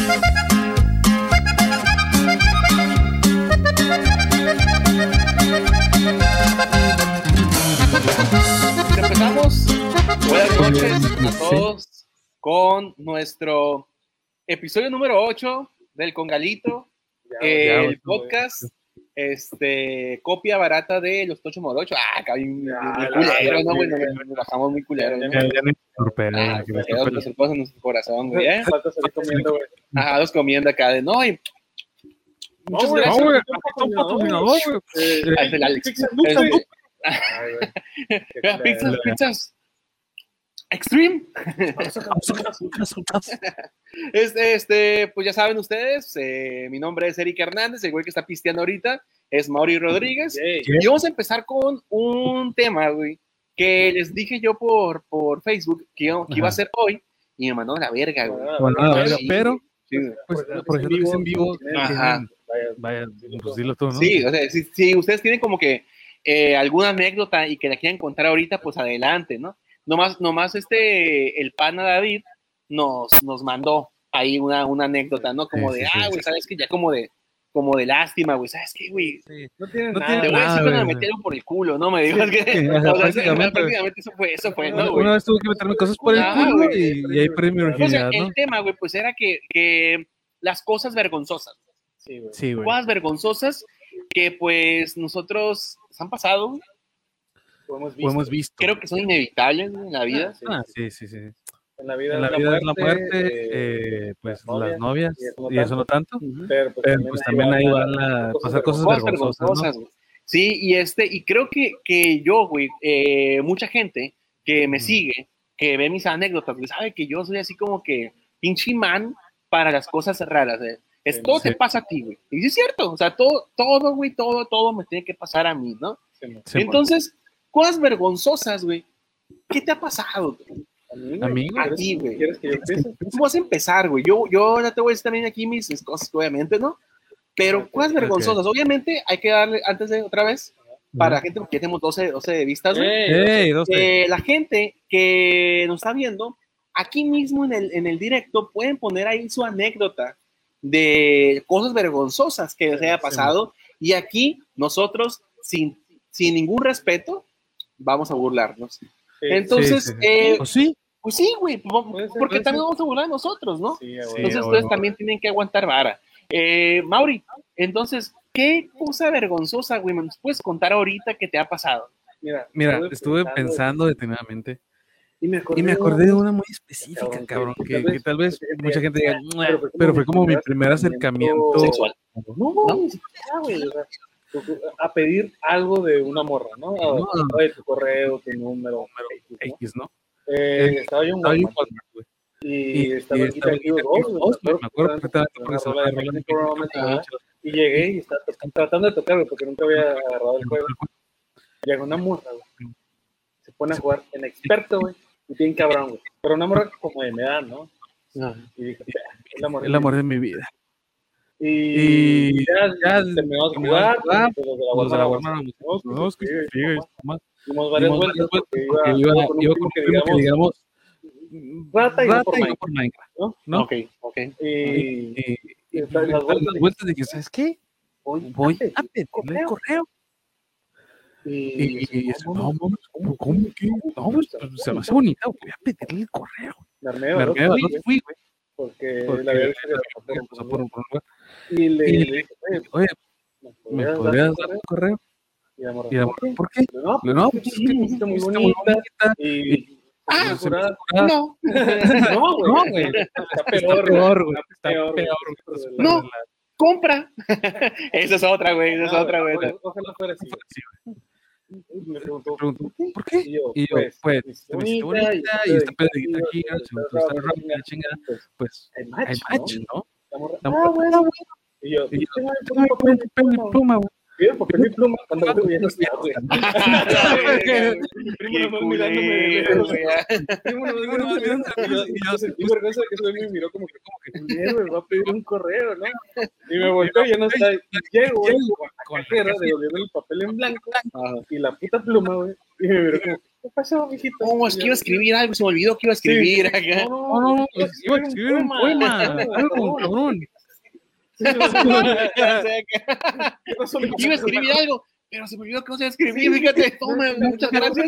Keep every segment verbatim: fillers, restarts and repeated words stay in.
Empezamos. Buenas noches a todos con nuestro episodio número ocho del Congalito, ya, eh, ya, el podcast, este, copia barata de Los Tocho Morocho. Ah, acá hay un culero, ¿no? Bueno, nos bajamos muy culero, ¿no? Ya, ya me torpeda. Ah, que me quedó nuestro cosa en nuestro corazón, güey, ¿eh? Ajá, los comiendo acá de no, y muchas no, gracias. No, güey, un patrocinador, güey. El Alex. Pizzas, pizzas. Extreme. este, este, pues ya saben ustedes, eh, mi nombre es Eric Hernández, el güey que está pisteando ahorita es Mauri Rodríguez. Yeah, yeah. Y vamos a empezar con un tema, güey, que les dije yo por, por Facebook que, que iba a ser hoy y me mandó a la verga, güey. Bueno, a la verga, sí, pero, sí, pues, por ejemplo, que es en vivo, ajá. Vaya, pues dilo tú, ¿no? Sí, o sea, si, si ustedes tienen como que eh, alguna anécdota y que la quieran contar ahorita, pues adelante, ¿no? Nomás, nomás este, el pana David nos, nos mandó ahí una, una anécdota, ¿no? Como sí, de, sí, ah, güey, sí. ¿Sabes qué? Ya como de, como de lástima, güey, ¿sabes qué, güey? Sí, no tiene no nada. Te voy a decir cuando me metieron por el culo, ¿no? Me digas que, sí, o sea, prácticamente, prácticamente eso fue, eso fue, ¿no, güey? Una vez tuve que meterme cosas por el ah, culo güey, y, y ahí perdí mi virginidad, ¿no? El tema, güey, pues era que, que las cosas vergonzosas. Sí, güey. Sí, güey. Cosas vergonzosas que, pues, nosotros nos han pasado, güey. O hemos visto. hemos visto. Creo que son inevitables, ¿no? En la vida. Ah, sí, ah, sí, sí, sí. En la vida, en la, la vida muerte, es la muerte, eh, eh, pues las, las novias, y eso no, y eso no tanto. Uh-huh. Pero pues, pero, pues también ahí van a pasar cosas vergonzosas, vergonzosas, ¿no? Sí, y este, y creo que, que yo, güey, eh, mucha gente que me uh-huh. sigue, que ve mis anécdotas, güey, sabe que yo soy así como que pinche imán para las cosas raras, eh. Es, sí, todo sí. te pasa a ti, güey. Y sí es cierto, o sea, todo, todo, güey, todo, todo me tiene que pasar a mí, ¿no? Sí, sí, Entonces, cosas vergonzosas, güey. ¿Qué te ha pasado, güey? A mí, güey. A ti, güey. ¿Quieres que yo empiece? Tú vas a empezar, güey. Yo, yo ya te voy a decir también aquí mis cosas, obviamente, ¿no? Pero okay, cosas vergonzosas. Okay. Obviamente, hay que darle, antes de otra vez, para uh-huh. la gente, porque ya tenemos doce, doce vistas, güey. Hey, doce. Eh, la gente que nos está viendo, aquí mismo en el, en el directo, pueden poner ahí su anécdota de cosas vergonzosas que les haya pasado, sí. Y aquí nosotros, sin, sin ningún respeto, vamos a burlarnos. Sí. Entonces, sí, sí. Eh, ¿O sí? Pues sí, güey, porque también vamos a burlar nosotros, ¿no? Sí, entonces sí, ustedes bueno. también tienen que aguantar vara. Eh, Mauri, entonces, ¿qué cosa vergonzosa, güey, nos puedes contar ahorita que te ha pasado? Mira, Mira estuve pensando, pensando detenidamente. Y me, acordé, y me acordé de una muy específica, cabrón, cabrón que, que, que tal vez mucha gente diga, pero, pero fue como mi primer acercamiento sexual. No, no, ni siquiera, güey, o sea, a pedir algo de una morra, ¿no? A, no. A, tu correo, tu número, número X, ¿no? Eh, eh, estaba yo en Walmart, güey. Y, y estaba aquí tranquilo dos, me acuerdo perfectamente porque se la de y llegué y estaba tratando de tocarlo porque nunca había agarrado el juego. Llega una morra, güey. Se pone a jugar en experto, güey. Y bien cabrón, güey. Pero una morra como de mi edad, ¿no? No. Y dije, es el amor, el amor de mi vida. Y, y ya, ya terminamos de jugar. Los de la Walmart. No, es que sigue. Dimos varias vueltas porque iba con un primo que digamos Rata y no por Minecraft. ¿No? ¿No? Ok, ok. Y las vueltas de que, ¿sabes qué? Voy a pedirle el correo. Y, y, y eso, no, no, ¿cómo, cómo que? No, pues, se me hace bonita, voy a pedirle el correo. Me armé, me armé, no fui, güey. Porque, porque la verdad es que pasó por un lugar. Y le dije, oye, ¿me podrías dar el correo? Y la morra, y la morra, ¿por qué? No, no, pues es que me hiciste muy bonita. Y, ah, no. No, güey. Está peor, güey. Está peor. No. Compra. Esa es otra, güey. Esa es otra, güey. Ojalá fuera así. Me preguntó, ¿por qué? Y yo, y yo pues, pues, pues me hiciste bonita y esta pedreguita aquí, se me gusta la chingada, pues, hay match, ¿no? Ah, bueno, bueno. Y yo, y yo, tengo papel y pluma, güey. Pido papel y pluma cuando me voy a los güey. Mi primo no me mirándome. Primo no me mirándome. Y yo sentí vergüenza de que eso me miró como que, como que, güey, va a pedir un correo, ¿no? Y me volteó y ya no está. Llego, güey, con la cajera, devolviendo el papel en blanco y la puta pluma, güey. Y me miró como, ¿Qué pasó, mijito? Oh, es que iba a escribir algo, se me olvidó que iba a escribir. Sí. No, no, no, no, pues, iba a escribir un poema, algo, cabrón. Iba a escribir algo, pero se me olvidó que no sabía escribir, fíjate, toma, muchas gracias.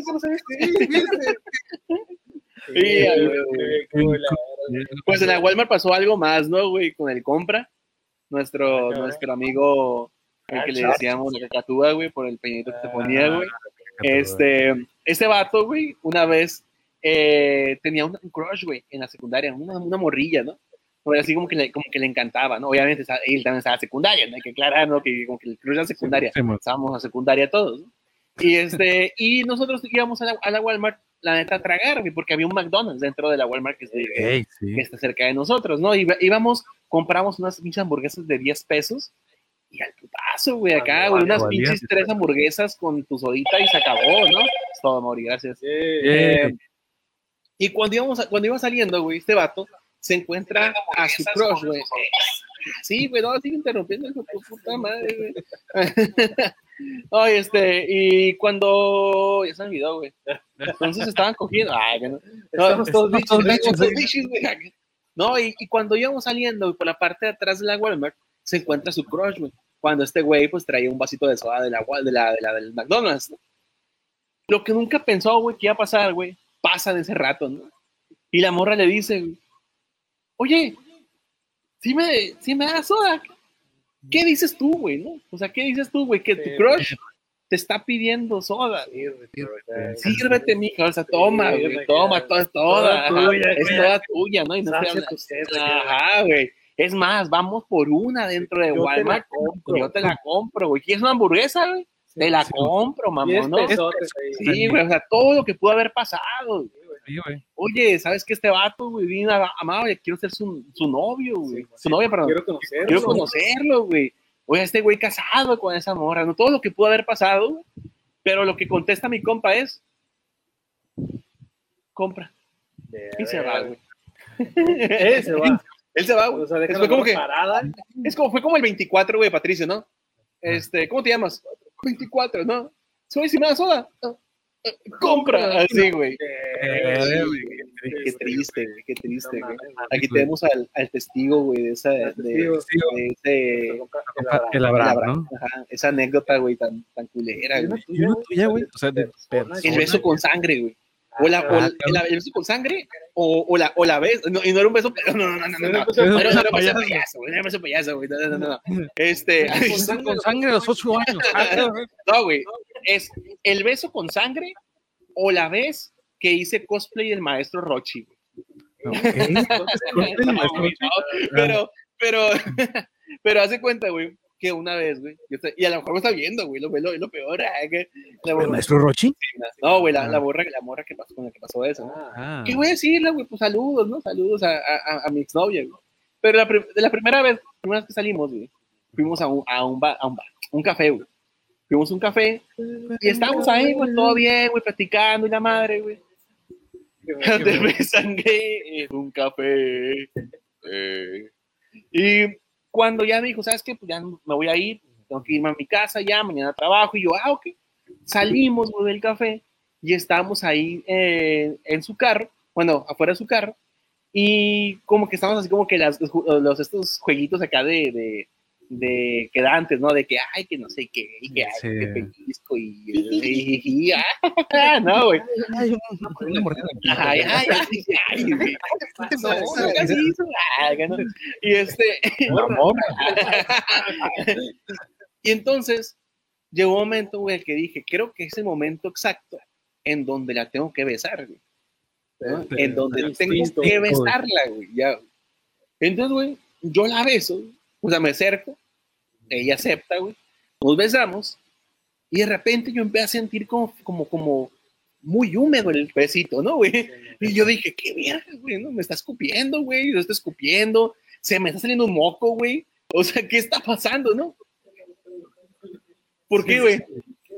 Sí, pues en la Walmart pasó algo más, ¿no, güey? Con el compra, nuestro, nuestro amigo, el que le decíamos la cacatúa, güey, por el peñito que se ponía, güey. Este, este vato, güey, una vez eh, tenía un crush, güey, en la secundaria, una, una morrilla, ¿no? Pero así como que, le, como que le encantaba, ¿no? Obviamente él también estaba en secundaria, ¿no? Hay que aclarar, ¿no? Que como que el crush era secundaria, sí, sí, estábamos a secundaria todos, ¿no? Y, este, y nosotros íbamos a la, a la Walmart, la neta, a tragar, güey, porque había un McDonald's dentro de la Walmart que, es de, hey, sí. que está cerca de nosotros, ¿no? Y íbamos, compramos unas pinches hamburguesas de diez pesos y al putazo, güey, acá, güey, unas pinches tres hamburguesas con tu sodita y se acabó, ¿no? Es todo, Mauri, gracias. Yeah. Eh, y cuando, íbamos a, cuando iba saliendo, güey, este vato se encuentra a su crush, güey. Sí, güey, no, sigue interrumpiendo, hijo de tu puta madre, güey. Ay, este, y cuando, ya se me olvidó, güey. Entonces estaban cogiendo, ay, no, estamos todos bichos, todos bichos, güey. No, y, y cuando íbamos saliendo, güey, por la parte de atrás de la Walmart, se encuentra su crush, güey. Cuando este güey, pues, traía un vasito de soda de la, de la, de la del McDonald's, ¿no? Lo que nunca pensó, güey, que iba a pasar, güey, pasa de ese rato, ¿no? Y la morra le dice, güey, oye, ¿sí me, ¿sí me das soda? ¿Qué dices tú, güey, no? O sea, ¿qué dices tú, güey? Que tu crush te está pidiendo soda. Sírvete, mija, o sea, toma, güey, toma, toda, es toda, tuya, es toda tuya, ¿no? Y no te hablas. Ajá, güey. Es más, vamos por una dentro de Walmart, yo te la compro, güey. ¿Quieres una hamburguesa, güey? Te la compro, mamón, ¿no? Sí, güey, o sea, todo lo que pudo haber pasado, Sí, güey. Oye, ¿sabes qué? Este vato, güey, bien amable, quiero ser su, su novio, güey. Sí, su novia, perdón. Quiero conocerlo. Quiero conocerlo, güey. Oye, este güey casado con esa morra, ¿no? Todo lo que pudo haber pasado, güey. Pero lo que contesta mi compa es, compra. De y se va, güey. Él se va. Él se va, güey. O sea, es, fue como que, es como, fue como el veinticuatro, güey, Patricio, ¿no? Este, ¿cómo te llamas? veinticuatro, ¿no? Soy si me da soda. Compra, así, güey. Eh, qué triste, güey, qué triste, güey. Aquí tenemos al, al testigo, güey, de esa, de, de, de ese, el abrazo, ¿no? Ajá, esa anécdota, güey, tan, tan culera, güey. ¿Y una tuya, güey? O sea, de persona, el beso con sangre, güey. O la, o la, el, el beso con sangre, o, o la, o la ves, no, y no era un beso, no, no, no, no, no, no, no, no era un beso payaso, güey, no era un beso payaso, güey, no, no, no, no, este, con sangre, con sangre a los ocho años. No, güey, es el beso con sangre, o la vez que hice cosplay del maestro Rochi, güey. Okay. Pero, pero, pero hace cuenta, güey, que una vez, güey, y a lo mejor me está viendo, güey, lo, lo, lo peor, ¿eh? Que la borra, ¿el maestro Rochi? No, güey, la, ah. la borra, la morra que pasó, con la que pasó eso, ¿no? Ah. ¿Qué voy a decirle, güey? Pues saludos, ¿no? Saludos a, a, a mi exnovia, güey. Pero la, de la primera vez, la primera vez que salimos, güey, fuimos a un, a un bar, a un bar, un café, güey. Fuimos a un café y estábamos ahí, güey, todo bien, güey, platicando y la madre, güey. Te me sangré en un café. Eh. Y cuando ya me dijo, ¿sabes qué? Pues ya me voy a ir, tengo que irme a mi casa ya, mañana trabajo. Y yo, ah, ok. Salimos, güey, del café y estábamos ahí eh, en su carro, bueno, afuera de su carro. Y como que estábamos así como que las, los, los, estos jueguitos acá de... de de quedantes, ¿no? De que, ay, que no sé qué, y que, ay, sí. que pellizco, y, y, y, y ah, no, güey. Ay, ay, ay, ay, güey. Y este... Y entonces, llegó un momento, güey, que dije, creo que es el momento exacto en donde la tengo que besar, güey. ¿No? Pero, en donde pero, tengo listo, que besarla, güey, ya. Entonces, güey, yo la beso, o sea, me acerco, ella acepta, güey, nos besamos, y de repente yo empecé a sentir como, como, como muy húmedo el besito, ¿no, güey? Y yo dije, qué mierda, güey, ¿no? Me está escupiendo, güey, yo estoy escupiendo, se me está saliendo un moco, güey, o sea, ¿qué está pasando, no? ¿Por qué, güey?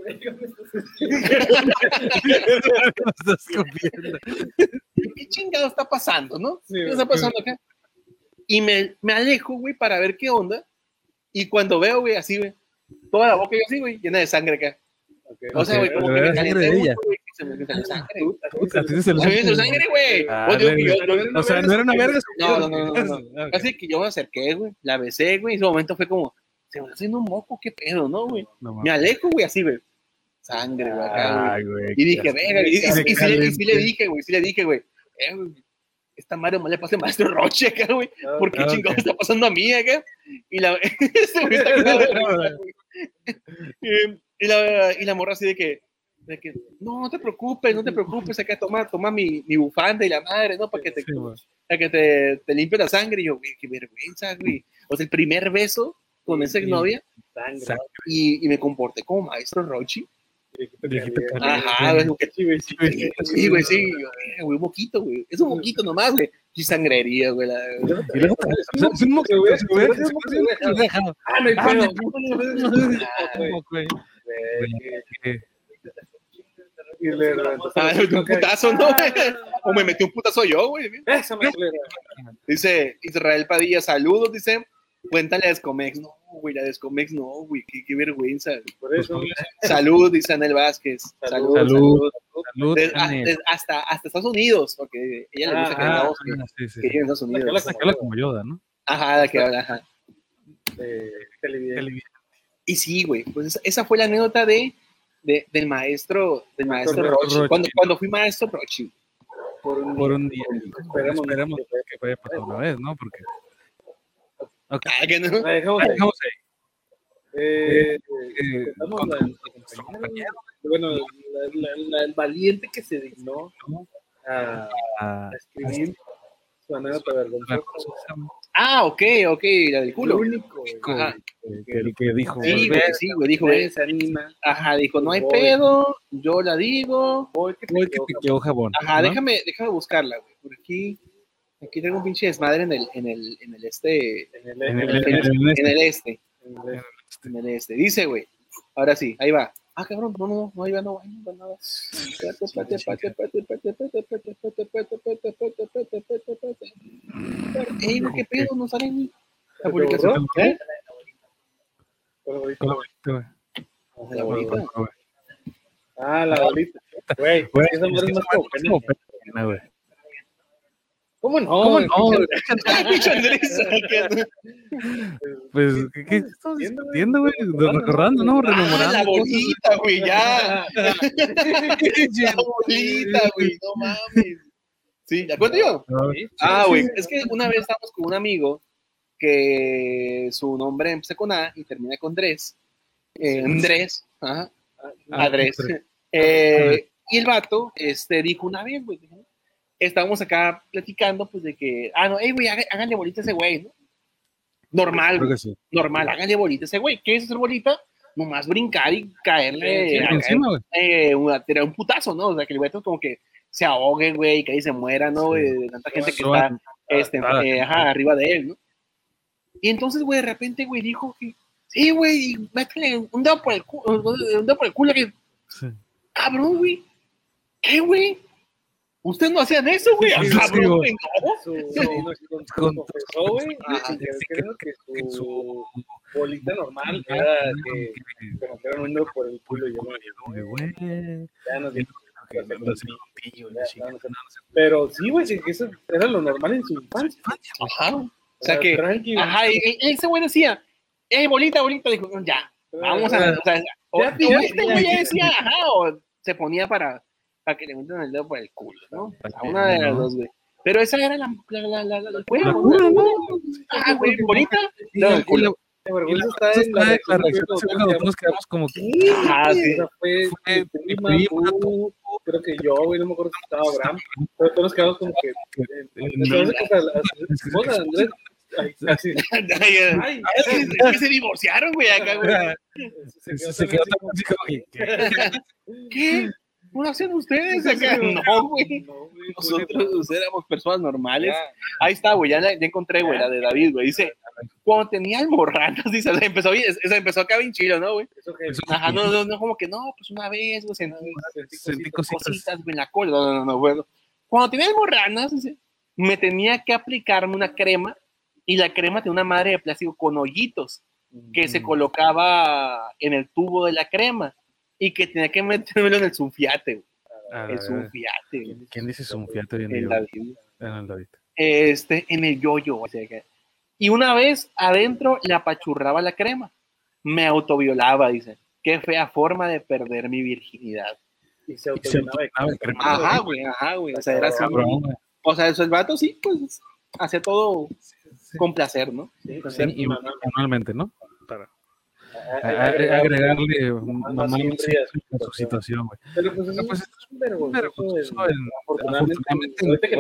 ¿Qué chingado está pasando, no? ¿Qué está pasando acá? Y me, me alejo, güey, para ver qué onda. Y cuando veo, güey, así, güey, toda la boca yo así, güey, llena de sangre acá. Okay, o sea, güey, okay, como que me calenté mucho, güey, se me salió sangre. A ti se me salió sangre, güey. O sea, no era una verga. No, no, no, no. no. Así que yo me acerqué, güey, la besé, güey, y en ese momento fue como, se me está haciendo un moco, qué pedo, ¿no, güey? No, me alejo, güey, así, güey. Sangre, güey, acá, güey. güey. Y dije, venga, y, y, y, y, sí, y sí le dije, güey, sí le dije, güey, eh, güey, esta madre no le pase al maestro Roche acá, güey, ¿por qué okay. chingados está pasando a mí acá? Y la, ese güey está claro, y, y, la, y la morra así de que, de que, no, no te preocupes, no te preocupes, acá toma, toma mi, mi bufanda y la madre, ¿no? Para que te, sí, para que te, te limpie la sangre. Y yo, güey, qué vergüenza, güey. O sea, el primer beso con esa exnovia, y, y me comporté como maestro Rochi. Ajá, güey, sí, güey, sí, güey, un moquito, güey, es un moquito nomás, güey, y sangrería, güey, la... Es un moquito, güey, ah, no hay pedo, ah, me metió un putazo, ¿no? O me metió un putazo yo, güey. Dice Israel Padilla, saludos, dice, cuéntale a Descomex, no, güey, la Descomex no, güey, qué, qué vergüenza. Por eso. Salud, dice Anel Vázquez. Salud. Salud. Salud. Des, a, des, hasta, hasta Estados Unidos, porque ella le gusta ah, que digamos que, ah, sí, sí. que vive en Estados Unidos. La que habla como Yoda, ¿no? Ajá, la que habla, ajá. Eh, televidente. Y sí, güey, pues esa, esa fue la anécdota de, de del maestro, del maestro Rochi. Rochi. Cuando, cuando fui maestro Rochi. Por un, por un día. Esperamos, esperamos que vaya a pasar una vez, ¿no? Porque... Okay. Ah, que no. La dejamos ahí. Dejamos ahí. Eh, eh, eh, con, la, compañero. Bueno, la, la, la, el valiente que se dignó a, a escribir su anécdota vergonzosa. Ah, ok, ok, la del culo. El único, Ajá. El que dijo. Sí, güey, sí, güey, dijo, güey, se anima. Ajá, dijo, no hay voy. pedo, yo la digo. Voy que te, voy que te quedó jabón. Ajá, ¿no? déjame, déjame buscarla, güey, por aquí. Aquí tengo un pinche desmadre en el, en el, en el este, en el, en el, en el, en el, en el este, en el este. Dice, güey, ahora sí, ahí va. Ah, cabrón, no, no, no, ahí va, no, no va nada. Espérate, espérate, espérate, espérate, espérate, espérate, espérate, espérate, espérate, espérate, espérate, espérate, espérate, espérate. Ey, ¿qué pedo? No sale ni la publicación. ¿Eh? La bolita. Ah, la bolita. Güey, esa madre es más como pena, güey. ¿Cómo no? ¿Cómo no? Pues, ¿qué, qué estamos discutiendo, güey? Recordando, ¿no? Rememorando. Ah, la bolita, güey, ya. La bolita, güey, no mames. Sí, ¿ya cuento yo? Ah, güey, es que una vez estábamos con un amigo que su nombre empieza con A y termina con Andrés. Eh, Andrés, ajá. Andrés. Eh, y el vato este, dijo una vez, güey, estábamos acá platicando, pues, de que, ah, no, hey, güey, háganle bolita a ese güey, ¿no? Normal, sí. normal, háganle bolita a ese güey. ¿Qué es hacer bolita? Nomás brincar y caerle, sí, a, encima, güey. Eh, a tirar un putazo, ¿no? O sea, que el güey como que se ahogue, güey, que ahí se muera, ¿no? Sí. De tanta gente que está, este, eh, ajá, arriba de él, ¿no? Y entonces, güey, de repente, güey, dijo que, sí, güey, métele un dedo por el culo, un dedo por el culo, que, sí. Cabrón, güey, ¿qué, güey? Ustedes no hacían eso, güey. Sí, cabrón, güey, no. Confesó, güey, creo que su bolita normal era que se metieron un dedo por el culo y yo no, güey. Ya nos dijo. Pero sí, güey, que eso era lo normal en su infancia. Ajá. O sea que, ajá, y ese güey decía, eh, bolita, bolita, dijo, ya, vamos a, o sea, o este güey ya decía, ajá, o se ponía para para que le metan el dedo por el culo, ¿no? A una de las dos, güey. Pero esa era la la la la la juego, ¿no? Ah, güey, bonita. No, el culo. La vergüenza está en la reacción. Nos quedamos como que. Ah, sí. Fue mi prima, tú, creo que yo, güey, no me acuerdo si estaba Abraham. Pero todos nos quedamos como que. Entonces, vos, Andrés. Ay, así. Ay, es que se divorciaron, güey, acá, güey. Se quedó tan así como que. ¿Qué? ¿No lo hacían ustedes acá? No, güey. Nosotros éramos personas normales. Ahí está, güey. Ya, ya encontré, güey, la de David, güey. Dice, cuando tenía almorranas, dice, empezó, esa empezó acá bien chido, ¿no, güey? Ajá, no, no, no, como que no, pues una vez, güey, sentí, sentí cositas, cositas en la cola. No, no, no, güey. Cuando tenía almorranas, dice, me tenía que aplicarme una crema y la crema tenía una madre de plástico con hoyitos que mm. se colocaba en el tubo de la crema. Y que tenía que metérmelo en el sulfiate, güey. Es un fiate. ¿Quién dice es un fiate? En el David. En el David. Este, en el yo-yo. O sea, que... Y una vez adentro le apachurraba la crema. Me autoviolaba, dice. Qué fea forma de perder mi virginidad. Y se autoviolaba de crema. Ajá, güey, ajá, güey. O sea, era así. O sea, eso el vato sí, pues, hacía todo sí. con placer, ¿no? Sí, sí, y normalmente, ¿no? Para agregarle mamá a su situación, güey. Pero pues eso pues, es un vergonzoso. Afortunadamente,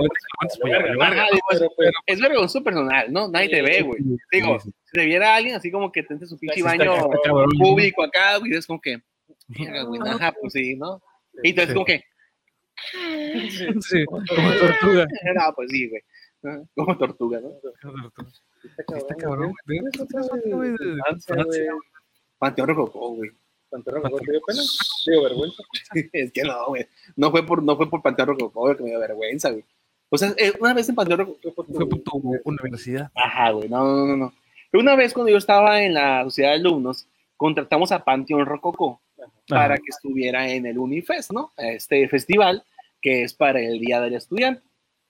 es vergonzoso personal, ¿no? Nadie te ve, güey. Digo, si te viera alguien así como que te su pinche baño público acá, güey, es como que, güey, ajá, pues sí, ¿no? Y entonces como que, sí, como tortuga. No, pues sí, güey. Como tortuga, ¿no? Está cabrón, güey. Panteón Rococó, güey. ¿Panteón Rococó te dio pena? ¿Te vergüenza? Es que no, güey. No fue por, no fue por Panteón Rococó, güey, que me dio vergüenza, güey. O sea, una vez en Panteón Rococó... Fue por tu universidad. Ajá, güey. No, no, no, no. Una vez cuando yo estaba en la sociedad de alumnos, contratamos a Panteón Rococó para que estuviera en el Unifest, ¿no? Este festival que es para el Día del Estudiante.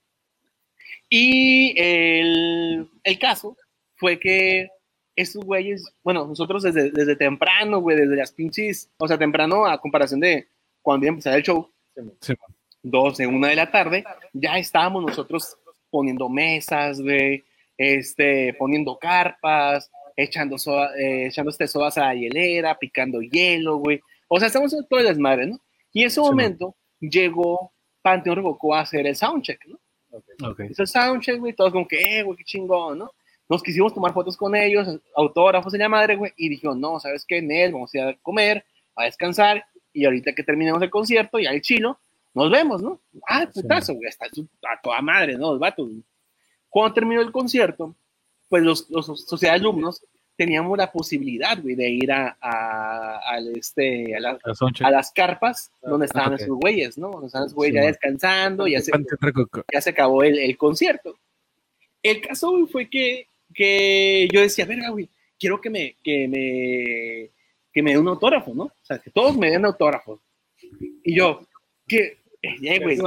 Y el, el caso fue que estos güeyes, bueno, nosotros desde, desde temprano, güey, desde las pinches, o sea, temprano a comparación de cuando iba a empezar el show, sí. doce, una de la tarde, ya estábamos nosotros poniendo mesas, güey, este, poniendo carpas, echando, soda, eh, echando este sodas a la hielera, picando hielo, güey. O sea, estamos en todo el desmadre, ¿no? Y en ese sí, momento man. llegó Panteón Rococó a hacer el soundcheck, ¿no? Okay. Hizo el soundcheck, güey, todos como que, eh, güey, qué chingón, ¿no? Nos quisimos tomar fotos con ellos, autógrafos en la madre, güey, y dijeron, no, ¿sabes qué? Nel, vamos a ir a comer, a descansar, y ahorita que terminemos el concierto, ya el chilo, nos vemos, ¿no? Ah, putazo, güey, está a toda madre, ¿no? Los vatos. Cuando terminó el concierto, pues los, los sociedad de alumnos teníamos la posibilidad, güey, de ir a, a, a, este, a, la, a las carpas donde estaban okay. esos güeyes, ¿no? Donde estaban esos güeyes sí, ya descansando, ya se, ya se acabó el, el concierto. El caso, güey, fue que, que yo decía, verga, güey, quiero que me, que me, que me dé un autógrafo, ¿no? O sea, que todos me den autógrafos. Y yo, que, ya, güey,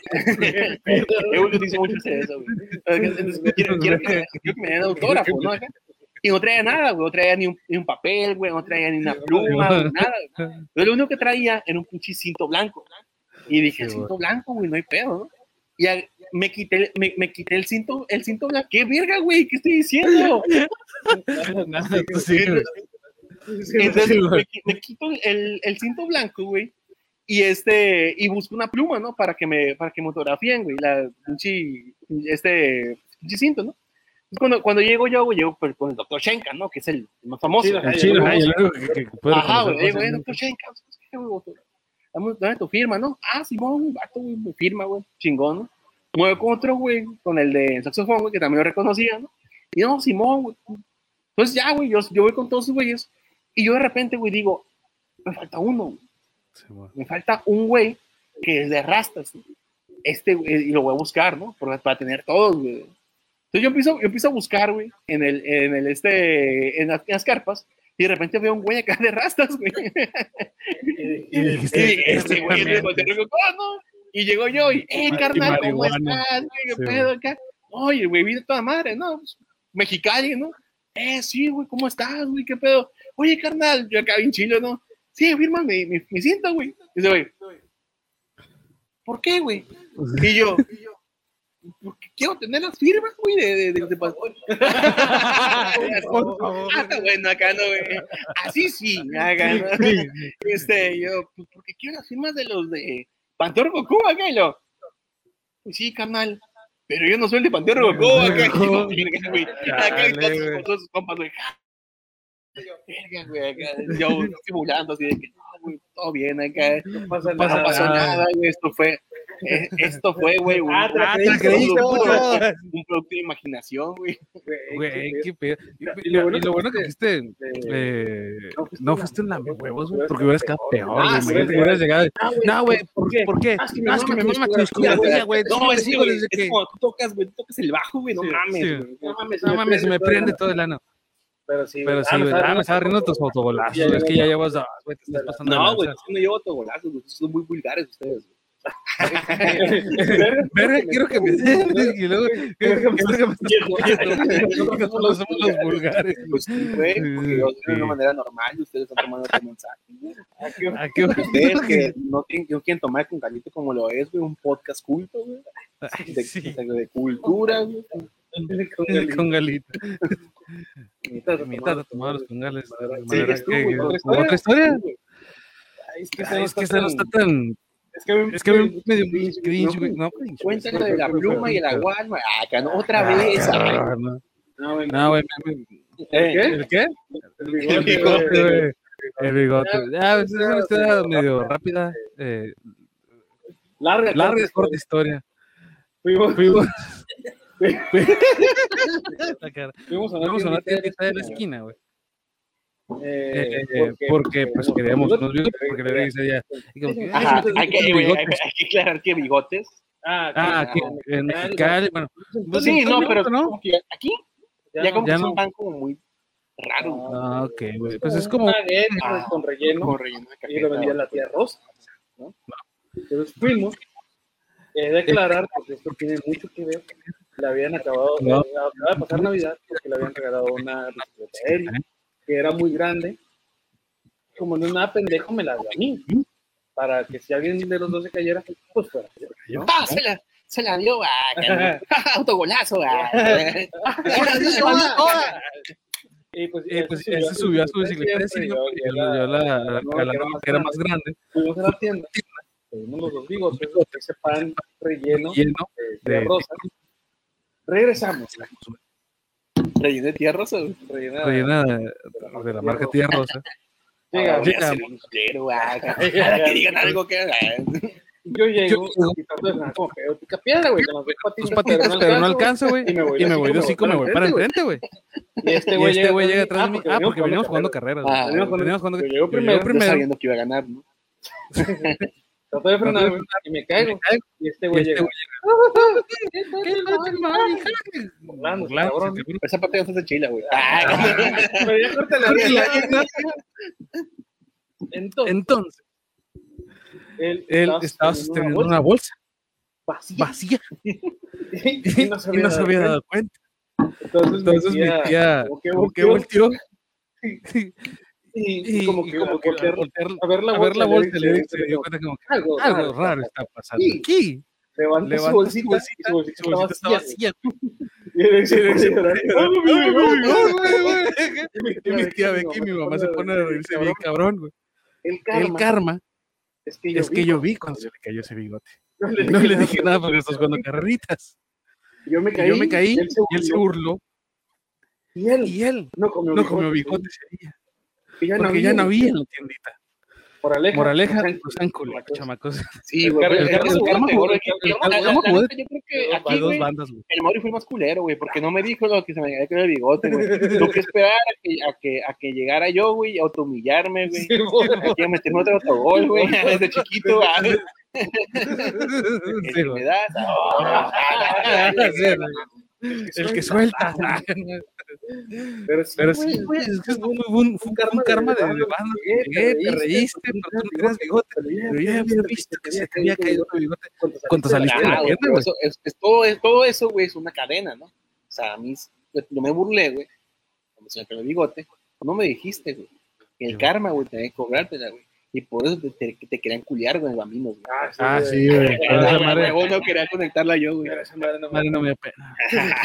yo dice mucho eso, güey. Quiero, quiero, que, quiero que me den autógrafo, ¿no? Acá. Y no traía nada, güey, no traía ni un, ni un papel, güey, no traía ni una pluma, güey, nada. Yo lo único que traía era un pinche cinto blanco. Y dije, sí, cinto blanco, güey, no hay pedo, ¿no? Y a, me, quité, me, me quité el cinto, el cinto blanco. ¿Qué verga, güey? ¿Qué estoy diciendo? Nada, tú sí, Entonces, me, me quito el, el cinto blanco, güey, y este, y busco una pluma, ¿no? Para que me, para que me fotografíen, güey, la pinche, este, pinche cinto, ¿no? Cuando, cuando llego yo, güey, llego con el doctor Shenka, ¿no? Que es el más famoso. Sí, el chino, ajá, yo que, que puede ajá, güey, llego, eh, doctor Shenka, dame tu firma, ¿no? Ah, Simón, vato, güey, me firma, güey, chingón, ¿no? Muevo con otro, güey, con el de saxofón, güey, que también lo reconocía, ¿no? Y no, Simón, güey. Entonces ya, güey, yo, yo voy con todos sus güeyes, y yo de repente, güey, digo, me falta uno, güey. Sí, bueno. Me falta un güey que es de rastas, ¿no? Este, güey, y lo voy a buscar, ¿no? Para, para tener todos, güey. Entonces yo empiezo, yo empiezo a buscar, güey, en el, en el, este, en las, en las carpas, y de repente veo un güey acá de rastas, güey. y, y, y dijiste, este güey es de Monterrey, ¿no? Y llegó yo, y, eh, carnal, ¿cómo estás, güey? ¿Qué sí, pedo acá? Oye, güey, vi de toda madre, ¿no? Mexicali, ¿no? Eh, sí, güey, ¿cómo estás, güey? ¿Qué pedo? Oye, carnal, yo acá bien chilo, ¿no? Sí, firma mi, mi, mi cinta, güey. Dice, güey, ¿por qué, güey? Y yo, porque quiero tener las firmas, güey, de, de, de, de pastor. Ah, está bueno acá, ¿no, güey? Así sí, acá, ¿no? Este, yo, pues, porque quiero las firmas de los de Panteón Rococó, acá, y lo, pues sí, carnal, pero yo no soy el de Panteón Rococó, acá, güey. Acá y todos, todos sus compas, güey. Verga, güey, acá, yo simulando así de que, no, güey, todo bien acá, no pasa nada, no pasó nada, güey, esto fue, eh, esto fue, güey, un, ah, ah, un, producto, un producto de imaginación, güey. Güey, qué pedo. Y, y, lo, y lo bueno que fuiste, eh, no fuiste en la huevos, güey, porque hubieras quedado peor, ah, güey, sí, hubieras llegado, no, güey, ¿por qué? ¿Por qué? No, es que mi mamá te descubrió, güey, no, es que, güey, es como tú tocas, güey, tú tocas el bajo, güey, no mames, no mames, no mames, se me prende todo el ano. Pero sí, pero sí, güey, ah, me estaba riendo tus autogolazos, es que ya llevas dos, güey, te estás pasando. No, güey, no llevo autogolazos, güey, son muy vulgares ustedes, güey. Verga, quiero que me den. Y luego, quiero que me nosotros somos los vulgares. Pues sí, güey, porque yo de una manera normal y ustedes están tomando otro mensaje. ¿A qué ustedes que no tienen, no quieren tomar con Galito como lo es, güey, un podcast culto, güey. De, sí. de, de cultura, güey. Con Galito. Mitad de tomar los congales. ¿Otra historia? Es que esa no está tan... Es que, es que me medio cringe, güey. No, cuéntalo de la pluma y el agual, güey. Ah, no, otra vez. No, no. No, güey. ¿El qué? El bigote, güey. El bigote. Ah, es una historia medio rápida. Eh, larga, larga, corta historia. Fuimos. Fuimos. Fuimos a una tiendita de la esquina, güey. Eh, eh, porque, porque pues queríamos unos bigotes, porque le dije ya. Ajá, hay que, hay, hay, hay que aclarar que bigotes. Ah, ah aquí en Mexicali, bueno. Pues sí, no, pero ¿no? Aquí ya, ya como ya que no. Son pan como muy raro. Ah, ok, güey. Pues es como. Ah, con relleno. Con relleno de cajeta, y lo vendía la tía Rosa, ¿no? no. Entonces fuimos. He de aclarar, porque esto tiene mucho que ver. Le habían acabado, no. acababa de pasar Navidad, porque le habían regalado una bicicleta aérea, que era muy grande. Como no es nada pendejo, me la dio a mí. Para que si alguien de los dos se cayera, pues fuera. ¿No? Ah, se la, se la dio, ah, autogolazo, ah. Y pues, y pues él se subió a su bicicleta y yo la, la, la, la, la que era más grande. Fuimos a la tienda, pedimos los dos bigotes, ese pan relleno de rosa. Regresamos. ¿Relleno de tía rosa? Rellena de la marca tía rosa. Llega, llega. Que digan algo que... Yo llego y trato de frenar como pedo pica piedra, güey, con las dos patitas, tus patitas, pero no alcanzo, güey, y me voy, y me voy de hocico, me voy para enfrente, güey. Y este güey este llega atrás de mí, ah, porque veníamos jugando carreras, ah, veníamos jugando carreras. Yo primero, primero, sabiendo que iba a ganar, ¿no? Trato de frenar, güey, y me caigo, y este güey llega. ¿Qué Burlando, cabrón. Esa parte no se hace chila, güey. Pero ya corta la vida. Entonces, Él, él estaba sosteniendo una bolsa, una bolsa vacía, vacía. y no se había, y no se había dado cuenta. Entonces, Entonces mi tía, tía como que volteó, y, y, y como que, como que voltear, voltear, a ver la a bolsa, ver la bolsa le, le, se dio cuenta como que algo, algo raro, raro está pasando sí. aquí. Levanta, Levanta su bolsita, su bolsita, su bolsita, su bolsita está vacía. Y mi tía ve que mi mamá se pone a reírse bien cabrón, güey. El karma, el karma es que yo, es vi, que yo vi cuando se le cayó ese bigote. No le, no le dije nada porque estás jugando carreritas. Yo me caí, yo me caí y él se burló. Y él, se burló, y él, y él no comió no comió bigote ese día. Ya porque no ya no había en la tiendita. Moraleja, Moraleja, pues han culo, chamacos. Sí, güey. El karma jugó de dos bandas, güey. El Mauri fue más culero, güey, porque no me dijo lo que se me había quedado el bigote, güey. Lo que esperar a que, a que, a que llegara yo, güey, a autohumillarme, güey. Aquí a meterme otro autogol, güey, desde chiquito, güey. Sí, me das. El que suelta. Pero sí, pero sí, güey, es que es un, un, un karma, un karma de, de banda. Llegué, te reíste, pero tú no tenías bigote. Pero ya había visto que se te había caído tu bigote cuando saliste de la tienda, güey. Es, es, todo, es, todo eso, güey, es una cadena, ¿no? O sea, a mí, yo me burlé, güey, cuando se me cayó el bigote, no me dijiste, güey, que el karma, güey, tenía que cobrártela, güey. Y por eso te, te, te querían culiar con el bambino, güey. Ah, sí, güey. Pero esa madre no quería conectarla yo, güey. Esa madre no, madre no me da pena.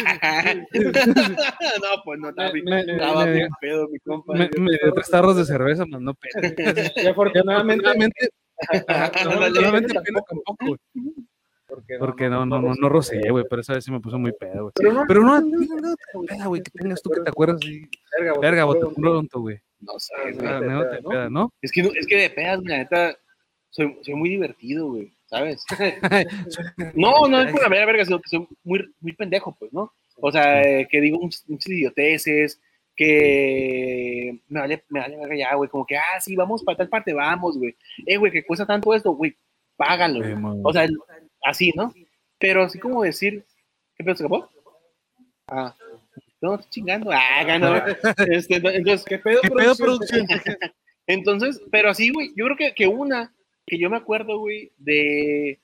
No, pues no, estaba bien pedo, mi compa. Me dio tres tarros de cerveza, más no pena. Y afortunadamente, afortunadamente pena tampoco, güey. Porque, Porque no, no, no, no rocé, güey, pero esa vez sí me puso muy pedo, güey. Pero no, pero no, no, no te peda, güey, que tengas tú que te acuerdas y... Verga, bote pronto, güey. No sé, güey. No te peda, ¿no? Es que, es que de pedas, la neta, soy, soy muy divertido, güey, ¿sabes? No, no es por la mera verga, sino que soy muy, muy pendejo, pues, ¿no? O sea, eh, que digo muchas, muchas idioteces, que me vale, me vale verga ya, güey, como que, ah, sí, vamos para tal parte, vamos, güey. Eh, güey, que cuesta tanto esto, güey, págalo. Eh, o sea, así, ¿no? Pero así como decir, ¿qué pedo se acabó? Ah, no, estoy chingando. Ah, ganó. Este, entonces, ¿qué pedo, ¿Qué pedo producción? Entonces, pero así, güey, yo creo que, que una, que yo me acuerdo, güey, de,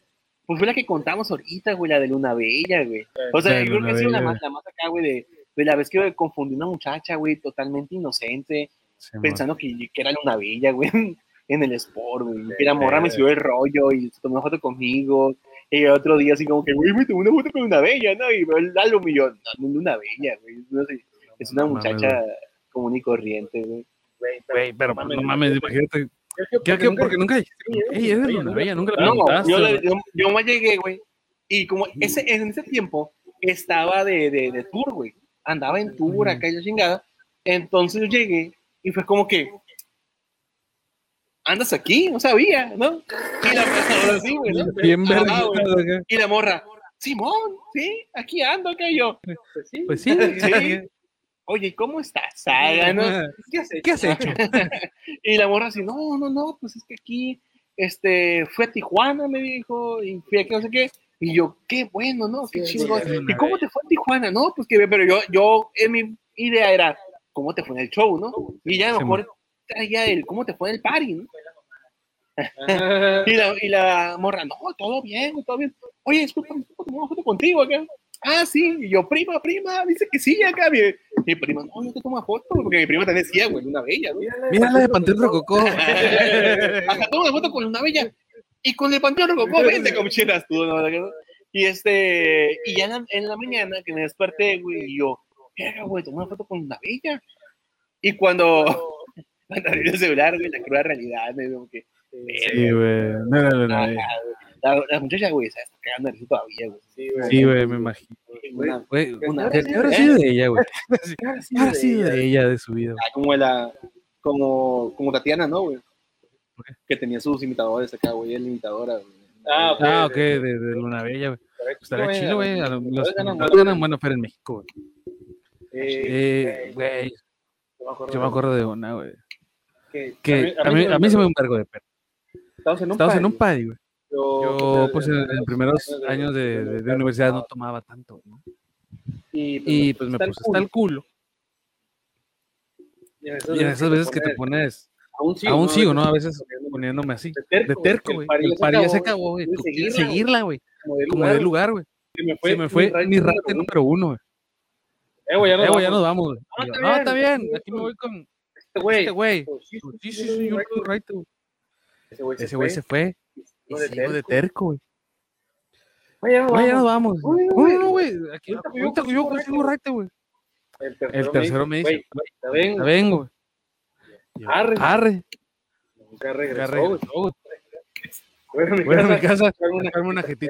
pues fue la que contamos ahorita, güey, la de Luna Bella, güey. O sea, yo creo que ha sido la más, la más acá, güey, de, de la vez que confundí una muchacha, güey, totalmente inocente, sí, pensando que, que era Luna Bella, güey, en el sport, güey. Que la morra me subió el rollo y se tomó una foto conmigo. Y el otro día así como que, güey, me tomé una foto con Luna Bella, ¿no? Y el Lalo me yo, no, no es Luna Bella, güey. No sé, es una muchacha común y corriente, güey. Güey, pero no mames, imagínate. ¿Qué, qué, porque nunca dijiste, ey, es de Luna Bella, nunca la preguntaste. No, yo, yo, yo más llegué, güey, y como ese, en ese tiempo estaba de, de, de tour, güey, andaba en tour acá y la chingada, entonces yo llegué y fue como que, ¿andas aquí? No sabía, ¿no? Y la morra, sí, güey, ¿no? Bien ah, güey. Y la morra, Simón, sí, aquí ando, acá y yo. Pues sí, pues sí. sí. Oye, ¿cómo estás? Saga, ¿no? ¿Qué has hecho? ¿Qué has hecho? Y la morra así, no, no, no, pues es que aquí, este, fui a Tijuana, me dijo, y fui aquí, no sé qué. Y yo, qué bueno, ¿no? Qué sí, chingón. Sí, ¿y cómo te fue en Tijuana? No, pues que, pero yo, yo, en mi idea era, ¿cómo te fue en el show, no? Y ya a lo mejor traía el, ¿cómo te fue en el party, no? y, la, y la morra, no, todo bien, todo bien. Oye, disculpa, ¿me puedo tomar una foto contigo acá? Ah, sí, y yo, prima, prima, dice que sí, acá, mi, mi prima, no, yo te tomo foto, porque mi prima también decía, güey, Luna Bella, ¿no? Mira la de Panteón Rococó. Acá tomo una foto con Luna Bella, y con el Panteón Rococó, vente, como chidas tú, ¿no? Y este, y ya en la, en la mañana que me desperté, güey, y yo, mira, güey, tomé una foto con Luna Bella. Y cuando, cuando abrí el celular, güey, la cruda realidad, me digo que, sí, güey, no, no, no, no. La, la muchacha, güey, se está cagando de risa todavía, güey. Sí, güey, me imagino. Güey, ¿qué habrá sido de ella, güey? ¿Qué habrá sido de ella, de su vida? Ah, como la, como, como Tatiana, ¿no, güey? Que tenía sus imitadores acá, güey, el imitadora, güey. Ah, ok, ah, okay, de, de Luna Bella, güey. Estaría chido, güey. Los imitadores ganan bueno, pero en México, güey. Eh, güey. Yo me acuerdo de una, güey. Que a mí, a mí se me da un cargo de perro. Estabas en un party, güey. Yo, yo, pues, en los primeros años de, de, de universidad no tomaba tanto, ¿no? Y pues, y, pues me puse hasta el culo. Y en esas, y en esas veces que te pones, aún sigo, aún sigo, ¿no? A veces poniéndome así, de terco, güey. El pari ya se acabó, güey. Seguirla, güey. Como de lugar, güey. Se me fue mi rate número uno, güey. Eh, güey, ya, eh, ya nos vamos, güey. No, está, no, está bien. Aquí me voy con este güey. Sí, sí, sí, yo tu right, güey. Ese güey se fue. Y de sigo de terco, güey. Vaya, no, ya nos vamos. No, no, güey. Aquí ahorita yo consigo rate, güey. El tercero, el tercero me dice, güey, ya vengo. Arre. Arre. Nunca regresó, güey. Bueno, en mi casa, sacarme una jetita.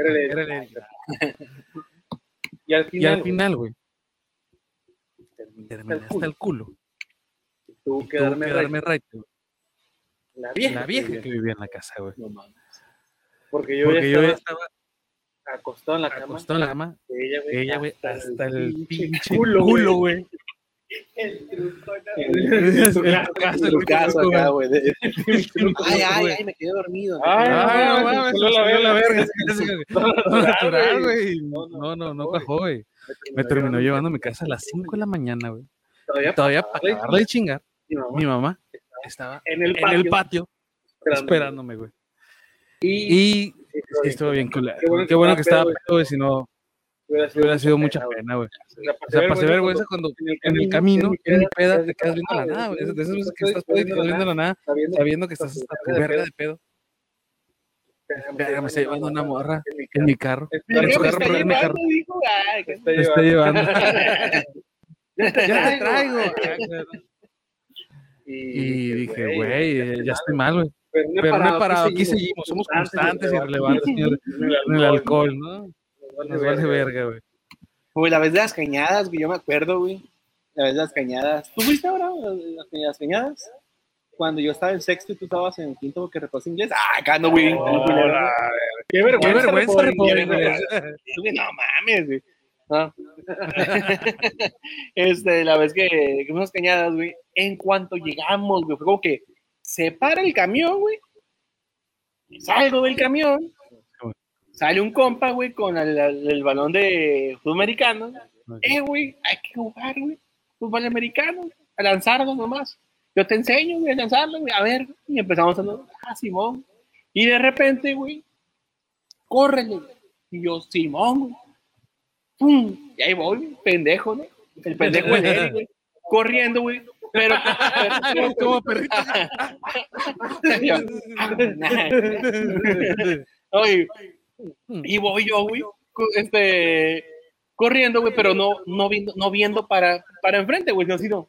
Y al final, güey, terminé hasta el culo. Tuvo que darme rate, güey. La vieja, la vieja que, que vivía en la casa, güey. No mames. Porque yo, Porque ya, yo estaba ya estaba acostado en la cama. Acostado en la cama. Ella, güey, ella, güey, hasta, hasta el pinche culo, güey. El truco, en tu casa, en tu casa acá, güey. Ay, ay, ay, me quedé dormido. Ay, no mames, no la veo la verga. No, natural, güey. No, no, no bajó, güey. Me terminó llevando a mi casa a las cinco de la mañana, güey. Todavía para acabarle de chingar. Mi mamá estaba en el patio, en el patio esperándome, güey. Y, y sí, sí, estuvo bien cool. Qué bueno, Qué bueno que estaba pedo, güey, si no hubiera sido, hubiera sido mucha pena, güey. O sea, pasé vergüenza cuando en el camino, en mi peda, te quedas viendo la nada, güey. De esas veces que estás pedo y te quedas viendo la nada, sabiendo que estás hasta tu verga de pedo. Verga, me está llevando una morra en mi carro. En su carro, pero en mi carro. Me está llevando. Ya te traigo. Y dije, güey, ya estoy mal, güey. Pero no he parado, Pero no he parado. Aquí, aquí seguimos, seguimos, somos constantes y relevantes, señor, en el alcohol, ¿no? Nos vale verga, güey. Güey, la vez de las cañadas, güey, yo me acuerdo, güey. La vez de las cañadas. ¿Tú fuiste ahora las cañadas? Cuando yo estaba en sexto y tú estabas en quinto porque repasé inglés. ¡Ah, acá no, güey! ¡Qué vergüenza! ¡Qué vergüenza! No mames, güey. No. Este, la vez que, que unas cañadas, güey, en cuanto llegamos, güey, fue como que se para el camión, güey, salgo del camión, sale un compa, güey, con el, el, el balón de fútbol americano, eh, güey, hay que jugar, güey, fútbol americano, a lanzarnos nomás, yo te enseño, güey, a lanzarlo, güey, a ver, y empezamos a, ah, Simón, y de repente, güey, córrele. Y yo, Simón, güey. ¡Pum! Y ahí voy, pendejo, ¿no? El pendejo en él, güey. Corriendo, güey. Pero, pero como perrito. Oye, y voy yo, güey, este, corriendo, güey, pero no, no viendo, no viendo para, para enfrente, güey, no, sino.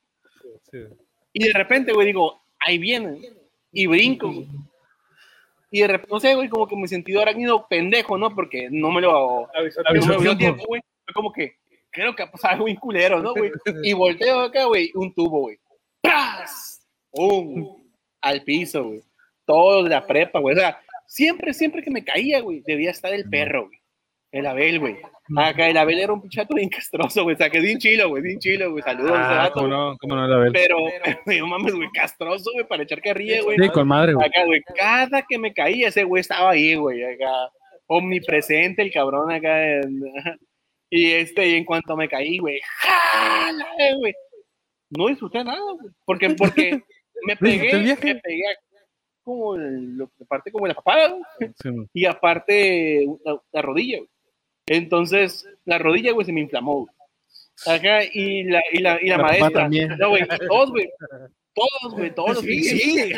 Y de repente, güey, digo, ahí vienen, y brinco, güey. Y de repente, no sé, güey, como que mi sentido arácnido pendejo, ¿no? Porque no me lo avisó, no me dio tiempo, güey. Fue como que, creo que ha pasado algo bien culero, ¿no, güey? Y volteo acá, güey, un tubo, güey. ¡Pras! ¡Pum! Al piso, güey. Todo de la prepa, güey. O sea, siempre, siempre que me caía, güey, debía estar el perro, güey. El Abel, güey. Acá el Abel era un pichato bien castroso, güey. O sea, que bien chilo, güey, bien chilo, güey. Saludos. Ah, ¿cómo no? ¿Cómo no el Abel? Pero, no mames, güey, castroso, güey, para echar carrilla, güey. Sí, con madre, güey. Acá, güey, cada que me caía, ese güey estaba ahí, güey. Acá, omnipresente el cabrón acá. En... Y este, y en cuanto me caí, güey, ¡jala, güey! No disfruté nada, güey. Porque, porque me pegué, me pegué como el, aparte como la papada, güey. Sí. Y aparte la, la rodilla, güey. Entonces, la rodilla, güey, se me inflamó, güey. Acá, y la, y la, y la, la maestra. No, güey, todos, güey. Todos, güey, todos los que sí.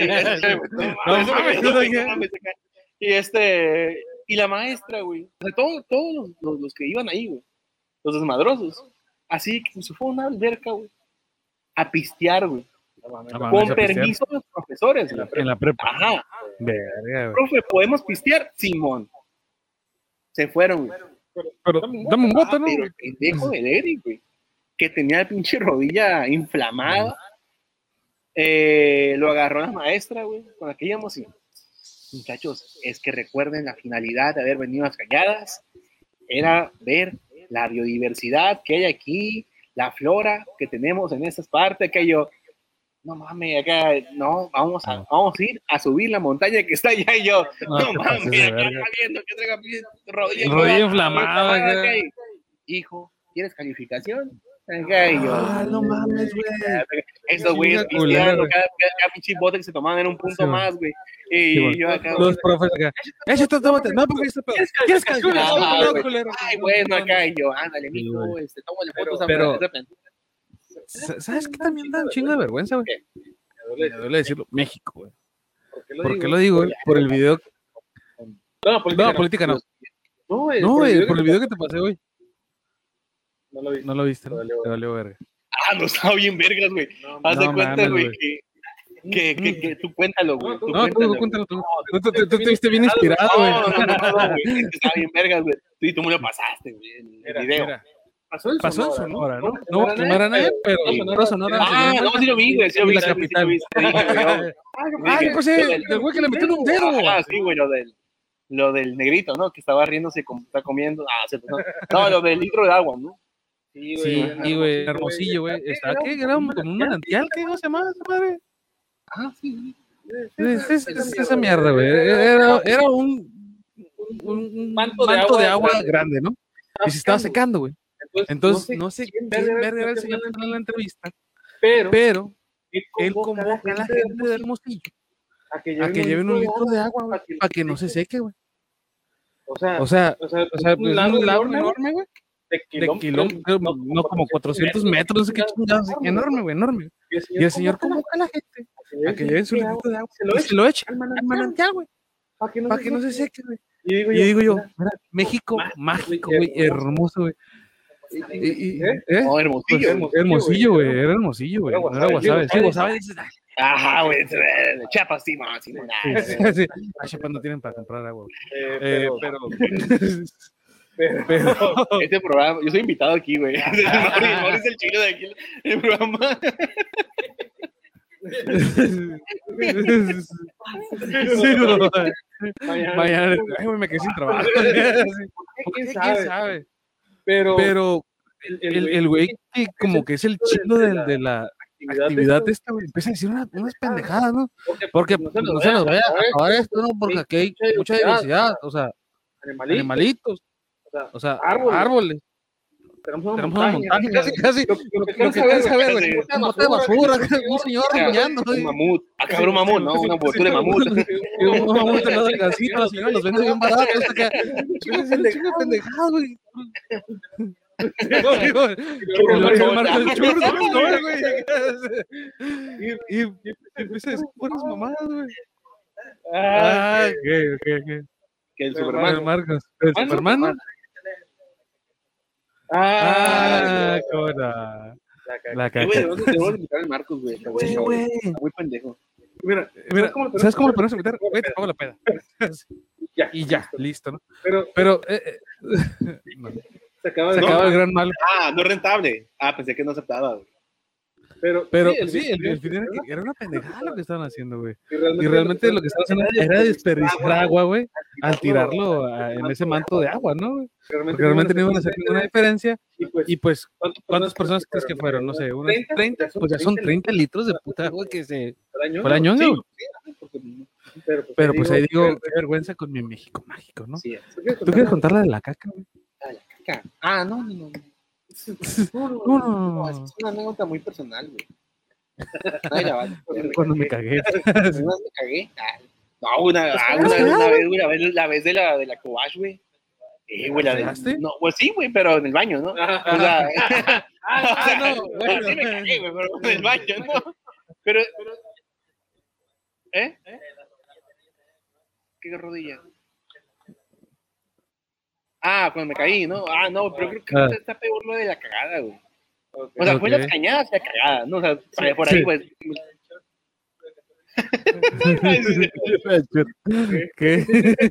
Y este, y la maestra, güey. O sea, todos, todos los, los, los que iban ahí, güey. Los desmadrosos. Así que se fue a una alberca, güey. A pistear, güey. Ah, con permiso de los profesores. En la prepa. En la prepa. Ajá. Verga, profe, ¿podemos pistear? Simón. Se fueron, güey. Pero, pero dame un voto, ¿no? Pero el pendejo del Eric, güey, que tenía la pinche rodilla inflamada, eh, lo agarró la maestra, güey, con aquella emoción. Muchachos, es que recuerden la finalidad de haber venido a las calladas, era ver la biodiversidad que hay aquí, la flora que tenemos en esas partes, que yo, no mames, acá, no, vamos a, vamos a ir a subir la montaña que está allá, y yo, no, no mames, acá está viendo que traiga rodilla, rodilla inflamada, acá, y, hijo, ¿quieres calificación? Acá, y yo, ah, no mames, güey. Esos güeyes pisteando, cada, cada pinche bote que se tomaban en un punto sí, más, güey. Y sí, yo acá, los profes acá, ¡eso está tomando! No, porque esto ¿quieres calificación? Ay, bueno, acá, y yo, ándale, mijo, este, tómale fotos a de repente. ¿Sabes qué también da un chingo de vergüenza, güey? Me duele decirlo. México, güey. ¿Por qué lo ¿Por digo, qué lo digo güey? Por el video. No, política no. Política no. No, güey, no, por, el por el video que te pasé, güey. No lo viste. No lo viste, ¿no? Te valió verga. Ah, no estaba bien vergas, güey. No, Haz de no, cuenta, güey, que, que, que, que tú cuéntalo, güey. No, no, tú cuéntalo tú. Tú te viste bien inspirado, güey. No, no, no, güey. Estaba bien vergas, güey. Y tú me lo pasaste, güey, el video. Pasó en Pasó en Sonora, Sonora, ¿no? No, no, no era nada, pero Sonora, Sonora. Ah, no, sí lo vi, güey, sí lo vi. La capital. Ah, ¿qué cosa? Del güey que le metió un dedo. Ah, sí, güey, lo del, lo del negrito, ¿no? Que estaba riéndose, está comiendo. Ah, se no. No, lo del litro de agua, ¿no? Sí, güey, sí, güey, Hermosillo, güey. ¿Estaba qué? Era como un manantial, ¿qué? ¿Cómo se llamaba esa madre? Ah, sí. Esa mierda, güey. Era, era un, un, un manto, de, manto agua de agua grande, grande, ¿no? Y se estaba secando, güey. Entonces, no sé quién verga era el señor que estaba en la entrevista, pero, pero él convoca a la gente de Hermosillo a que lleven, a que lleven un litro de agua, güey, para que no se seque, güey. O sea, o sea, o sea, o sea pues, es un lago enorme, güey. De kilómetros, no, no como cuatrocientos metros, no sé qué chingados, enorme, güey, enorme. Y el señor convoca a la gente a que lleven su litro de agua y se lo eche al manantial, güey, para que no se seque, güey. Y digo yo, mira, México mágico, güey, hermoso, güey. Y, y, ¿eh? No, Hermosillo. Pues, hermosillo, güey. Era Hermosillo, güey. No era Guasave. Sí, Guasave dices. Ajá, güey. Chiapas, sí, más. Sí, sí. Ah, Chiapas no tienen para comprar agua. Eh, pero. pero, pero. Este programa, yo soy invitado aquí, güey. Mauricio el chino de aquí. El programa. Sí, no. Mañana. Ay, güey, me quedé sin trabajo. ¿Quién sabe? Pero, pero el, el güey que como que es el chino de, de la actividad de esta, güey, empieza a decir una, unas pendejadas, ¿no? Porque no se nos, no se nos vaya a acabar esto, ¿no? Porque aquí hay mucha diversidad, o sea, animalitos, o sea, árboles. árboles. Tenemos una Tenemos montaña, una montaña, casi, casi. Lo, lo que Lo que alcanza a ver, alcanza a ver, güey, güey, es un bote de basura, un señor Ah, rumiando, un güey. mamut. Ah, cabrón, un mamut, ¿no? Una envoltura de mamut. Y un mamut en la delgacita, la señora los vende bien baratos. Acá. Chinga, chinga, pendejado, güey. El Marcos Churro, güey. Y empieza a decir buenas mamadas, güey. Ah, ok, ok, ok. Que el Pero Superman. El Marcos. El Ah, no, Superman. ah, Ah, Ah, cómo no. la La Eh, caca. güey, debemos debemos invitar al Marcos, güey. Está Sí, bueno, güey. Está muy pendejo. Mira, Mira, cómo le ¿sabes cómo le ponemos? podemos invitar? Güey, te pago la peda. Ya, Y ya, listo, ¿no? Pero Pero, eh, eh, no. se acaba Se de acaba el gran mal. Ah, no es rentable. Ah, pensé que no aceptaba, güey. Pero, Pero sí, sí, el, video- el video era, que- era una pendejada lo que estaban haciendo, güey. y realmente, Y realmente lo que estaban haciendo era desperdiciar agua, güey, al tirarlo a- en ese manto de agua, ¿no? güey? Porque realmente no iban a hacer ninguna diferencia. Y pues, Y pues, ¿cuántas ¿cuántas personas crees que fueron? No sé, unas ¿treinta? treinta, pues ya son treinta litros de puta agua que se al año, fue la ñonga, sí, güey. porque- pero pues, Pero pues ahí digo, que- qué vergüenza con mi México mágico, ¿no? Sí. ¿Tú quieres contar la de la caca, güey? Ah, no, no, no. No, No, no, no, no, no. es una anécdota muy personal, güey. Ay, la vale. Cuando me cagué. Una vez me cagué. Ah, no, una, ah, una, vez, una vez, güey, la vez, la vez de la, de la Cobash, güey. Eh, güey, la de, ¿Cagaste? no, pues sí, güey, pero en el baño, ¿no? O sea, Ah, o sea, no, bueno. sí me cagué, güey, pero en el baño, ¿no? Pero, ¿eh? ¿Qué rodilla? Ah, cuando me caí, ¿no? Ah, no, pero creo que Ah. está peor lo de la cagada, güey. Ok. O sea, fue Ok. las cañadas y la cagada, ¿no? O sea, por- por ahí, Sí. pues. ¿Qué?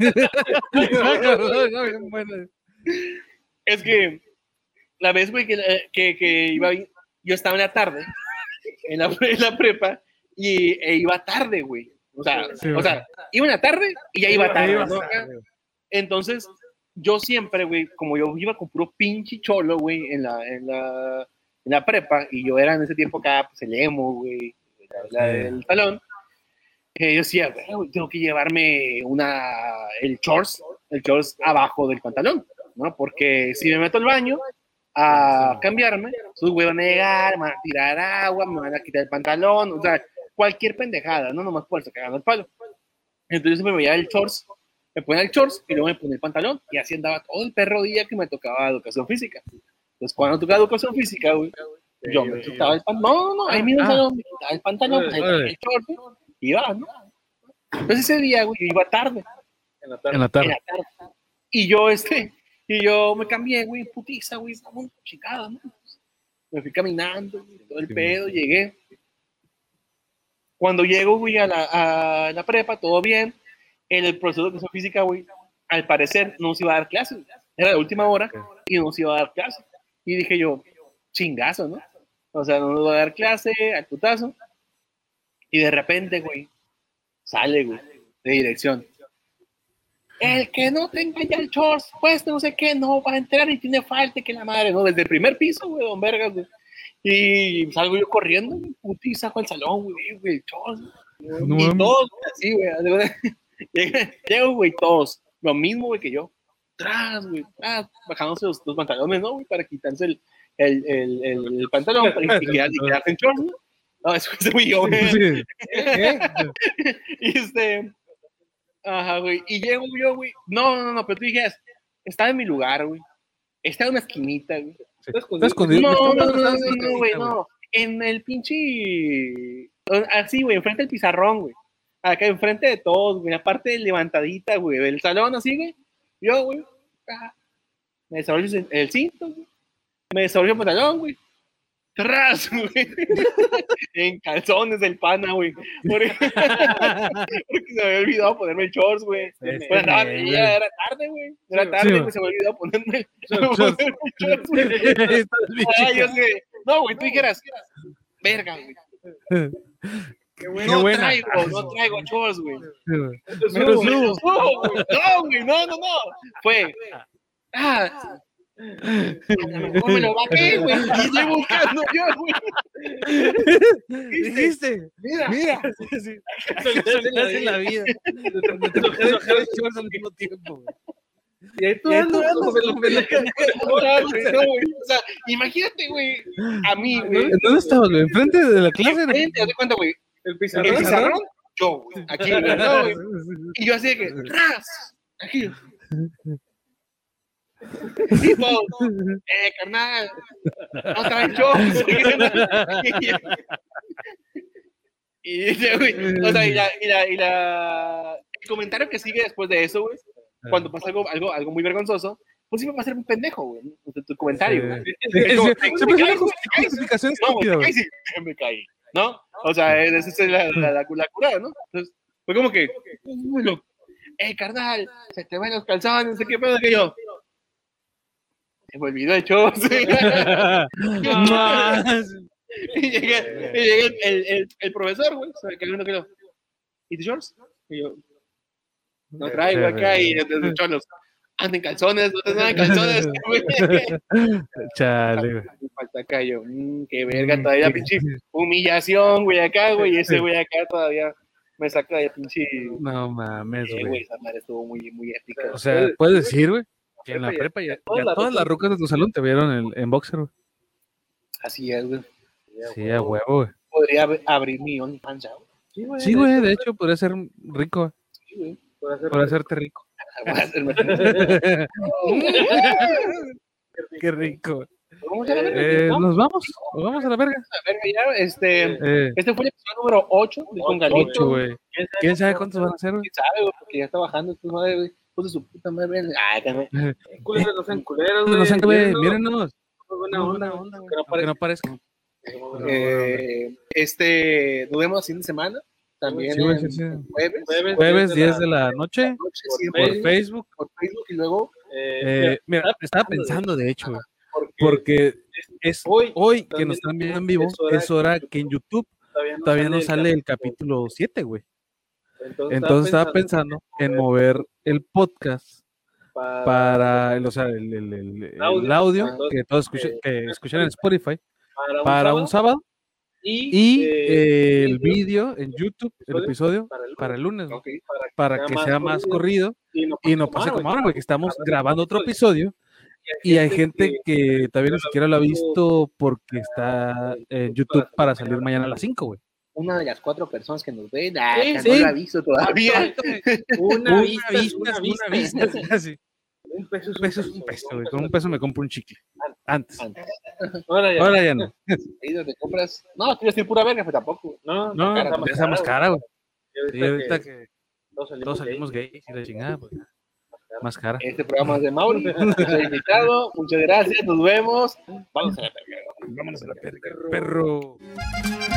Bueno. Es que la vez, güey, que, que, que iba, yo estaba en la tarde, en la, en la prepa, y e iba tarde, güey. O sea, Sí, o sea, iba en la tarde y ya iba tarde, Iba ¿no? tarde. Entonces, yo siempre, güey, como yo iba con puro pinche cholo, güey, en la, en la, en la prepa, y yo era en ese tiempo acá, pues el emo, güey, la, la Sí. del salón, eh, yo decía, güey, tengo que llevarme una, el shorts, el shorts abajo del pantalón, ¿no? Porque si me meto al baño a cambiarme, sus güey van a llegar, me van a tirar agua, me van a quitar el pantalón, o sea, cualquier pendejada, no nomás por estar cagando el palo. Entonces me veía el shorts, me ponía el shorts y luego me ponía el pantalón, y así andaba todo el perro día que me tocaba educación física. Entonces, cuando tocaba educación física, güey, yo me quitaba el pantalón, no, no, ahí mismo Ah. me quitaba el pantalón, Órale, el, órale. el short, y iba, ¿no? Entonces ese día, güey, yo iba tarde, En la tarde. En la en tarde. la tarde, y yo, este, y yo me cambié, güey, putiza, güey, estaba muy chingada, ¿no? Me fui caminando, güey, todo el Sí, pedo, llegué. Cuando llego, güey, a la, a la prepa, todo bien. En el profesor de educación física, güey, al parecer no nos iba a dar clases. Era la última hora y no nos iba a dar clases. Y dije yo, chingazo, ¿no? O sea, no nos va a dar clase, al putazo. Y de repente, güey, sale, güey, de dirección. El que no tenga ya el shorts, pues no sé qué, no va a entrar y tiene falta que la madre, ¿no? Desde el primer piso, güey, don Vergas, güey. Y salgo yo corriendo, güey, putiza, saco el salón, güey, güey, el shorts. No Y mames. todos, así, güey. haz de cuenta. Llega- Llego, güey, todos. Lo mismo, güey, que yo. Tras, güey, tras, bajándose los, los pantalones, ¿no, güey? Para quitarse el, el, el, el, el pantalón para y, y quedar- y quedarse en shorts, ¿no? No, eso ese fui yo, güey. Sí. ¿Qué? Y este. Ajá, güey. Y llego yo, güey. No, no, no, pero tú dijeras, estaba en mi lugar, güey. Estaba en una esquinita, güey. Está Está escondido. No, no, no, Está no, escondido, no, güey, no. En el pinche. Así, güey, enfrente del pizarrón, güey. Acá enfrente de todos, güey. Aparte de levantadita, güey. Del salón, así, güey. Yo, güey. ah, Me desarrollo el cinto, güey. Me desarrollo el pantalón, güey. Tras, güey. En calzones del pana, güey. Porque, porque se me había olvidado ponerme el shorts, güey. Este Pues andaba, güey. ya era tarde, güey. Era Sí, tarde, sí. güey. Se me había olvidado ponerme Shorts. ponerme el shorts, güey. Estás bien Ay, chica. yo sé. No, güey, tú dijeras, verga, güey. Qué No buena. traigo, no traigo shorts, güey. Sí, güey. No, güey, no, güey. No, güey, no, no, no. Fue. Ah, a lo mejor me lo bajé, güey. Y estoy buscando yo, güey. Dijiste, Mira, mira, sí, soltaste en la vida. Te tocaste bajar el shorts al mismo tiempo, güey. Y ahí tú andas, o sea, imagínate, güey, a mí, güey. ¿Dónde estabas, güey? ¿Enfrente de la clase? Enfrente, haz cuenta, güey. El pizarrón. El pizarrón, yo, güey, aquí, güey, no, güey. Y yo así de que, ras, aquí. Y todo, eh, carnal, otra vez yo. Y dice, güey, o sea, y la, y la, y la, el comentario que sigue después de eso, güey, cuando pasa algo, algo, algo muy vergonzoso, pues sí me va a ser un pendejo, güey, tu, tu comentario, güey. Justificación estúpida, güey. Sí, me caí, ¿no? O sea, esa es la, la, la, la curada, ¿no? Entonces, fue como que, eh, carnal, se te ven los calzones, no sé qué pedo que yo. Se me olvidó el show, sí. Y llega, y llega el, el, el, el profesor, güey, ¿sabe qué lindo quedó? ¿Y tu shorts? Y yo, no traigo acá, y entonces cholos, anden calzones, no te dan calzones, güey. Chale, güey. Falta acá, yo, mmm, qué verga, todavía pinche humillación, güey, acá, güey, y ese güey acá todavía me saca de pinche. No mames, güey. Güey, esa madre estuvo muy, muy épica. O sea, puedes decir, güey, que en la prepa ya, ya todas las rucas de tu salón te vieron en, en boxer, güey. Así es, güey. Sí, a huevo, güey. Podría ab- abrir mi OnlyFans ya, güey. Sí, güey. Sí, güey, de hecho, podría ser rico, güey. Sí, güey. Por hacer Por hacerte rico. Voy a hacerme- Qué rico. Vamos a la verga, Eh, ¿no? ¿Nos vamos? ¿Nos vamos a la verga? A la verga ya, este, Eh, este fue el episodio número ocho de Con ocho, Galito. güey. ¿Quién sabe cuántos van a ser, güey? ¿Quién sabe, güey? Porque ya está bajando esta madre, güey. Puso su puta madre. Ay, cállate. culeros, no sean culeros, güey. No sé, güey, Mírenos. mírenos. Buena onda, onda, güey. Aunque no parezca. Eh, este, nos vemos la siguiente semana. También Sí, güey, en sí, sí. jueves. Jueves diez de la noche, Noche, sí, por por, Facebook. por Facebook y luego Eh, mira, estaba pensando, de hecho, güey, porque porque es hoy, hoy que nos están viendo en vivo, es hora que en YouTube todavía no sale el capítulo siete, güey. Entonces estaba pensando en mover el podcast para, el, o sea, el, el, el, el Audio. audio Ah, que todos escuchen, que escuchen en Spotify para un, para un sábado y, y eh, eh, el vídeo en YouTube, el episodio para el, para el lunes, güey, okay. para que sea más corrido y no, y no pase como ahora, güey, que estamos grabando otro episodio y hay gente que todavía ni siquiera lo ha visto porque está en YouTube para salir mañana a las cinco, güey. Una de las cuatro personas que nos ven, ah, Sí, que sí. no la ha visto todavía. una Una vista, vista, una una vista. vista. Sí. Un peso Un peso es un peso, güey. Con un peso me compro un chicle. Antes. Antes. Ahora ya. Ahora ya no. Ahí donde compras. No, quiero decir pura verga, pero tampoco. No, No, cara, ya está más cara, güey. Y Y ahorita que todos salimos, todos salimos gays y la chingada, pues más cara. Este programa es de Mauri. Soy invitado. Muchas gracias. Nos vemos. Vamos a la verga. Vámonos a la verga, perro.